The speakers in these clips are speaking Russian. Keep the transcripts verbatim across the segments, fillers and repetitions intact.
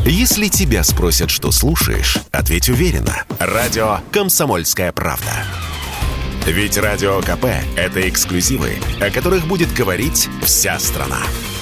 Если тебя спросят, что слушаешь, ответь уверенно. Радио «Комсомольская правда». Ведь Радио КП – это эксклюзивы, о которых будет говорить вся страна.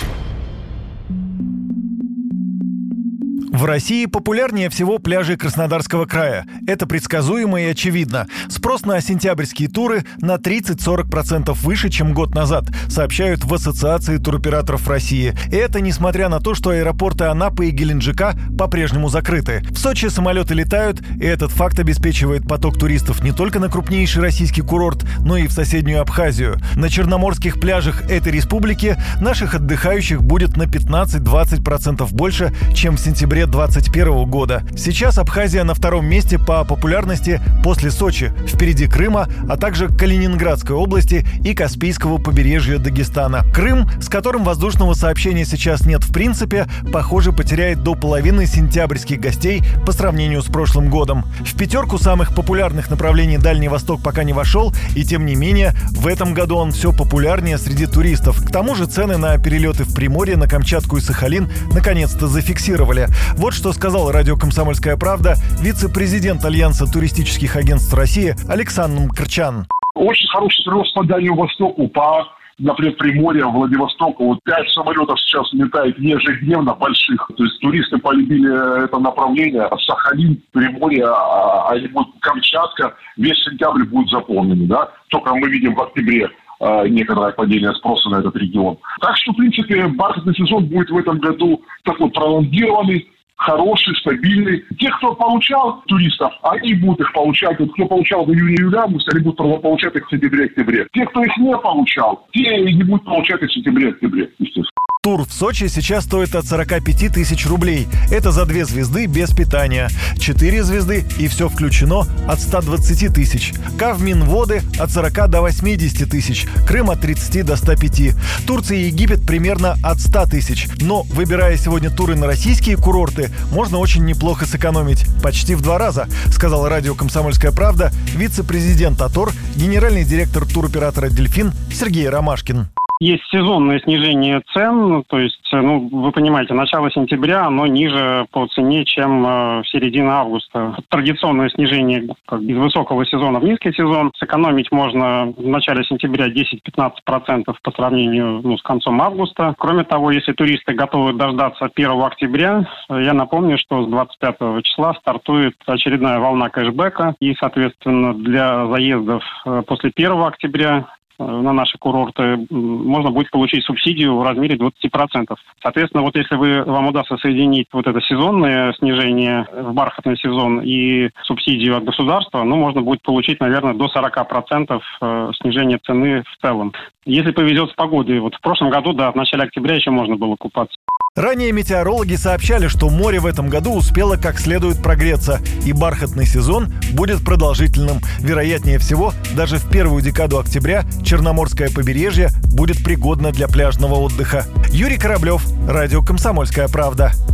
В России популярнее всего пляжи Краснодарского края. Это предсказуемо и очевидно. Спрос на сентябрьские туры на тридцать-сорок процентов выше, чем год назад, сообщают в Ассоциации туроператоров России. И это несмотря на то, что аэропорты Анапы и Геленджика по-прежнему закрыты. В Сочи самолеты летают, и этот факт обеспечивает поток туристов не только на крупнейший российский курорт, но и в соседнюю Абхазию. На черноморских пляжах этой республики наших отдыхающих будет на пятнадцать-двадцать процентов больше, чем в сентябре двадцать первого года. Сейчас Абхазия на втором месте по популярности после Сочи, впереди Крыма, а также Калининградской области и Каспийского побережья Дагестана. Крым, с которым воздушного сообщения сейчас нет в принципе, похоже, потеряет до половины сентябрьских гостей по сравнению с прошлым годом. В пятерку самых популярных направлений Дальний Восток пока не вошел, и тем не менее, в этом году он все популярнее среди туристов. К тому же цены на перелеты в Приморье, на Камчатку и Сахалин наконец-то зафиксировали. Вот что сказал радио «Комсомольская правда» вице-президент Альянса туристических агентств России Александр Мкрчан. Очень хороший рост по Дальнему Востоку, по, например, Приморье, Владивостоку. Вот пять самолетов сейчас летает ежедневно больших. То есть туристы полюбили это направление. Сахалин, Приморье, а, а Камчатка. Весь сентябрь будет заполнен, да. Только мы видим в октябре некоторое падение спроса на этот регион. Так что, в принципе, бархатный сезон будет в этом году такой пролонгированный, хороший, стабильный. Те, кто получал туристов, они будут их получать. Вот кто получал в июне-июле, августе, они будут получать их в сентябре-октябре. Те, кто их не получал, те не будут получать их в сентябре-октябре, естественно. Тур в Сочи сейчас стоит от сорок пять тысяч рублей. Это за две звезды без питания. Четыре звезды и все включено от ста двадцати тысяч. Кавминводы от сорока до восьмидесяти тысяч. Крым от тридцати до ста пяти. Турция и Египет примерно от ста тысяч. Но, выбирая сегодня туры на российские курорты, можно очень неплохо сэкономить. Почти в два раза, сказал радио «Комсомольская правда» вице-президент АТОР, генеральный директор туроператора «Дельфин» Сергей Ромашкин. Есть сезонное снижение цен, то есть, ну, вы понимаете, начало сентября, оно ниже по цене, чем э, середина августа. Традиционное снижение как, из высокого сезона в низкий сезон. Сэкономить можно в начале сентября десять-пятнадцать процентов по сравнению ну, с концом августа. Кроме того, если туристы готовы дождаться первого октября, я напомню, что с двадцать пятого числа стартует очередная волна кэшбэка. И, соответственно, для заездов э, после первого октября на наши курорты можно будет получить субсидию в размере двадцать процентов. Соответственно, вот если вы, вам удастся соединить вот это сезонное снижение в бархатный сезон и субсидию от государства, ну, можно будет получить, наверное, до сорока процентов снижения цены в целом. Если повезет с погодой, вот в прошлом году, да, в начале октября еще можно было купаться. Ранее метеорологи сообщали, что море в этом году успело как следует прогреться, и бархатный сезон будет продолжительным. Вероятнее всего, даже в первую декаду октября Черноморское побережье будет пригодно для пляжного отдыха. Юрий Кораблев, радио «Комсомольская правда».